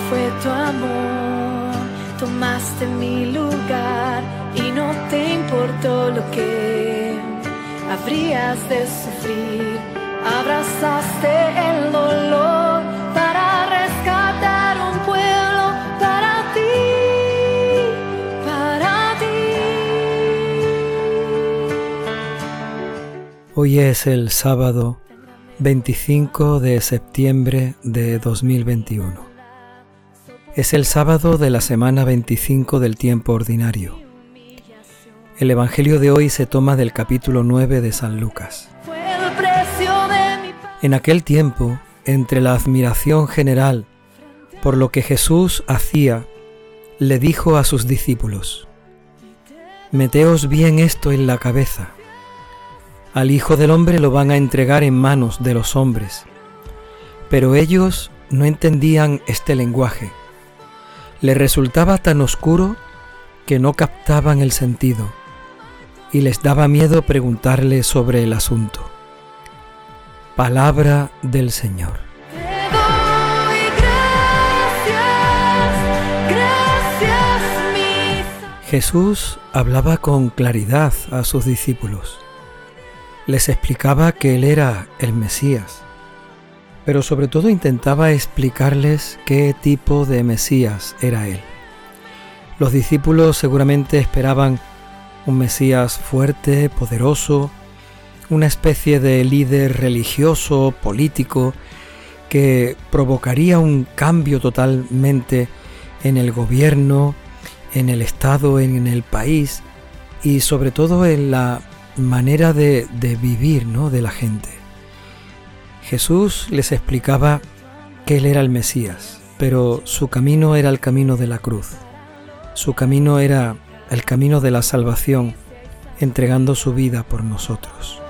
fue tu amor. Tomaste mi lugar y no te importó lo que habrías de sufrir. Abrazaste el dolor para rescatar un pueblo para ti, para ti. Hoy es el sábado 25 de septiembre de 2021. Es el sábado de la semana 25 del tiempo ordinario. El Evangelio de hoy se toma del capítulo 9 de San Lucas. En aquel tiempo, entre la admiración general por lo que Jesús hacía, le dijo a sus discípulos: «Meteos bien esto en la cabeza. Al Hijo del Hombre lo van a entregar en manos de los hombres». Pero ellos no entendían este lenguaje. Les resultaba tan oscuro que no captaban el sentido, y les daba miedo preguntarle sobre el asunto. Palabra del Señor. Te doy gracias, mi... Jesús hablaba con claridad a sus discípulos. Les explicaba que Él era el Mesías, pero sobre todo intentaba explicarles qué tipo de Mesías era Él. Los discípulos seguramente esperaban un Mesías fuerte, poderoso, una especie de líder religioso, político, que provocaría un cambio totalmente en el gobierno, en el Estado, en el país y sobre todo en la manera de vivir, ¿no?, de la gente. Jesús les explicaba que Él era el Mesías, pero su camino era el camino de la cruz. Su camino era el camino de la salvación, entregando su vida por nosotros.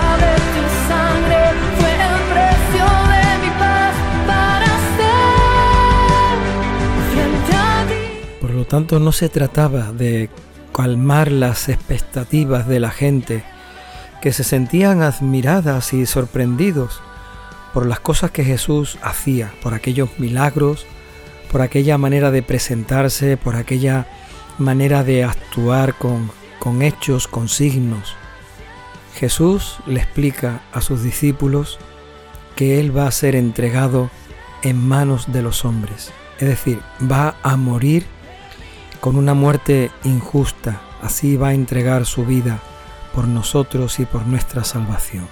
Por lo tanto, no se trataba de calmar las expectativas de la gente, que se sentían admiradas y sorprendidos por las cosas que Jesús hacía, por aquellos milagros, por aquella manera de presentarse, por aquella manera de actuar con hechos, con signos. Jesús le explica a sus discípulos que Él va a ser entregado en manos de los hombres, es decir, va a morir con una muerte injusta, así va a entregar su vida por nosotros y por nuestra salvación.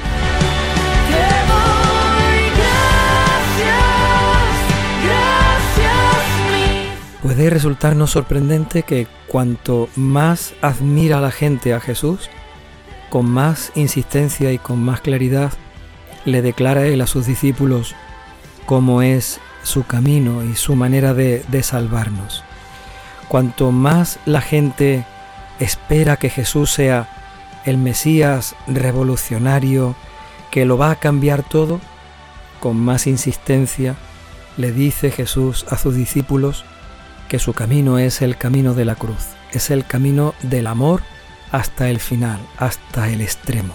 Puede resultarnos sorprendente que cuanto más admira la gente a Jesús, con más insistencia y con más claridad le declara Él a sus discípulos cómo es su camino y su manera de salvarnos. Cuanto más la gente espera que Jesús sea el Mesías revolucionario, que lo va a cambiar todo, con más insistencia le dice Jesús a sus discípulos que su camino es el camino de la cruz, es el camino del amor hasta el final, hasta el extremo.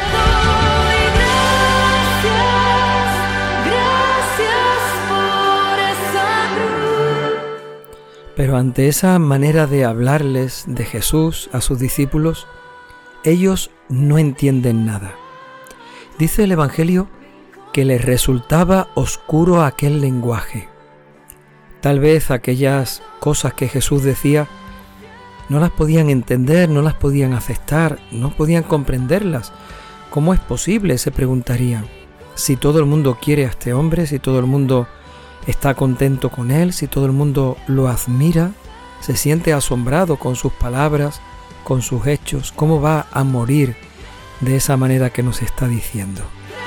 Pero ante esa manera de hablarles de Jesús a sus discípulos, ellos no entienden nada. Dice el Evangelio que les resultaba oscuro aquel lenguaje. Tal vez aquellas cosas que Jesús decía no las podían entender, no las podían aceptar, no podían comprenderlas. ¿Cómo es posible?, se preguntarían. Si todo el mundo quiere a este hombre, si todo el mundo está contento con él, si todo el mundo lo admira, se siente asombrado con sus palabras, con sus hechos, ¿cómo va a morir de esa manera que nos está diciendo?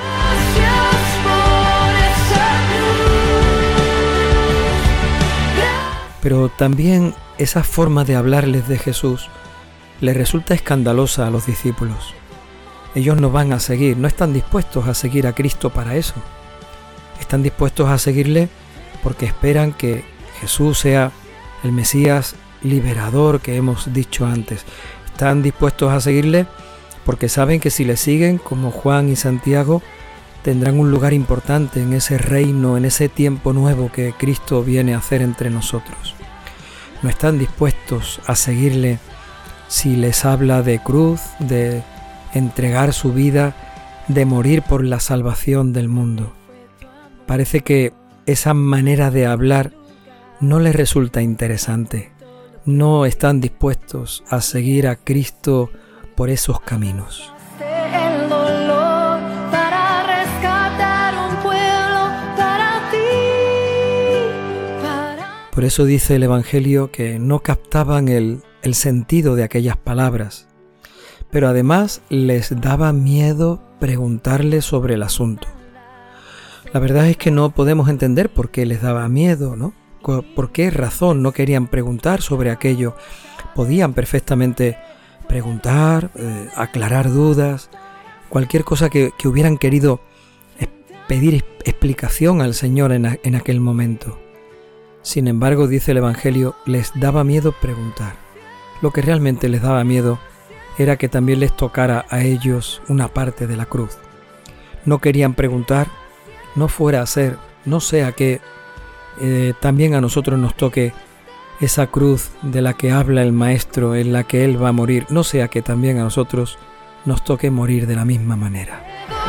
Pero también esa forma de hablarles de Jesús les resulta escandalosa a los discípulos. Ellos no van a seguir, no están dispuestos a seguir a Cristo para eso. Están dispuestos a seguirle porque esperan que Jesús sea el Mesías liberador que hemos dicho antes. Están dispuestos a seguirle porque saben que si le siguen, como Juan y Santiago, tendrán un lugar importante en ese reino, en ese tiempo nuevo que Cristo viene a hacer entre nosotros. No están dispuestos a seguirle si les habla de cruz, de entregar su vida, de morir por la salvación del mundo. Parece que esa manera de hablar no les resulta interesante. No están dispuestos a seguir a Cristo por esos caminos. El dolor para rescatar un pueblo para ti, Por eso dice el Evangelio que no captaban el sentido de aquellas palabras, pero además les daba miedo preguntarle sobre el asunto. La verdad es que no podemos entender por qué les daba miedo, ¿no? ¿Por qué razón no querían preguntar sobre aquello? Podían perfectamente preguntar, aclarar dudas, cualquier cosa que hubieran querido pedir explicación al Señor en aquel momento. Sin embargo, dice el Evangelio, les daba miedo preguntar. Lo que realmente les daba miedo era que también les tocara a ellos una parte de la cruz. No querían preguntar, no fuera a ser, no sea que también a nosotros nos toque esa cruz de la que habla el Maestro, en la que Él va a morir, no sea que también a nosotros nos toque morir de la misma manera.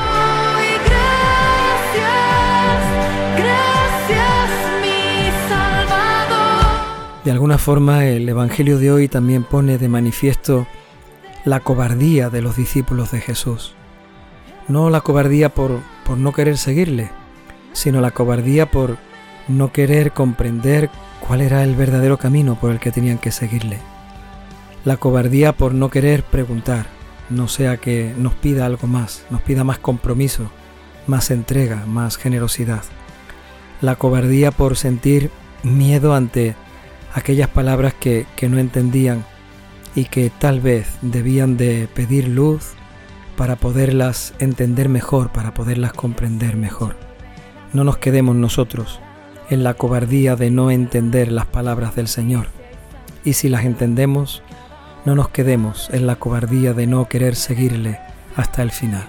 De alguna forma el Evangelio de hoy también pone de manifiesto la cobardía de los discípulos de Jesús. No la cobardía por no querer seguirle, sino la cobardía por no querer comprender cuál era el verdadero camino por el que tenían que seguirle. La cobardía por no querer preguntar, no sea que nos pida algo más, nos pida más compromiso, más entrega, más generosidad. La cobardía por sentir miedo ante aquellas palabras que no entendían y que tal vez debían de pedir luz para poderlas entender mejor, para poderlas comprender mejor. No nos quedemos nosotros en la cobardía de no entender las palabras del Señor. Y si las entendemos, no nos quedemos en la cobardía de no querer seguirle hasta el final.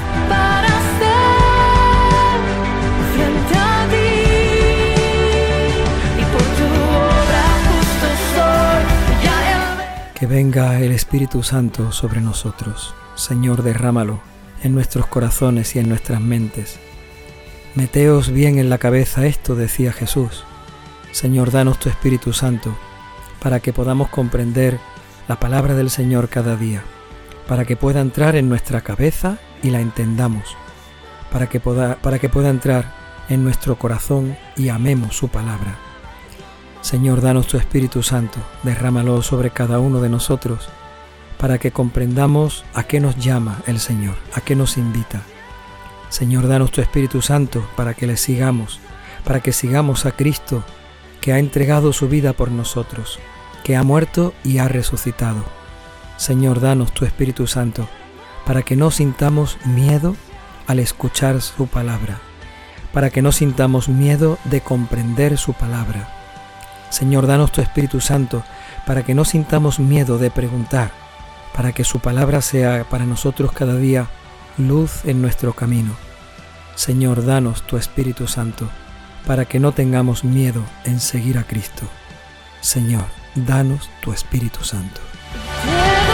Que venga el Espíritu Santo sobre nosotros. Señor, derrámalo en nuestros corazones y en nuestras mentes. Meteos bien en la cabeza esto, decía Jesús. Señor, danos tu Espíritu Santo para que podamos comprender la palabra del Señor cada día, para que pueda entrar en nuestra cabeza y la entendamos, para que pueda entrar en nuestro corazón y amemos su palabra. Señor, danos tu Espíritu Santo, derrámalo sobre cada uno de nosotros, para que comprendamos a qué nos llama el Señor, a qué nos invita. Señor, danos tu Espíritu Santo para que le sigamos, para que sigamos a Cristo, que ha entregado su vida por nosotros, que ha muerto y ha resucitado. Señor, danos tu Espíritu Santo para que no sintamos miedo al escuchar su palabra, para que no sintamos miedo de comprender su palabra. Señor, danos tu Espíritu Santo para que no sintamos miedo de preguntar, para que su palabra sea para nosotros cada día luz en nuestro camino. Señor, danos tu Espíritu Santo para que no tengamos miedo en seguir a Cristo. Señor, danos tu Espíritu Santo.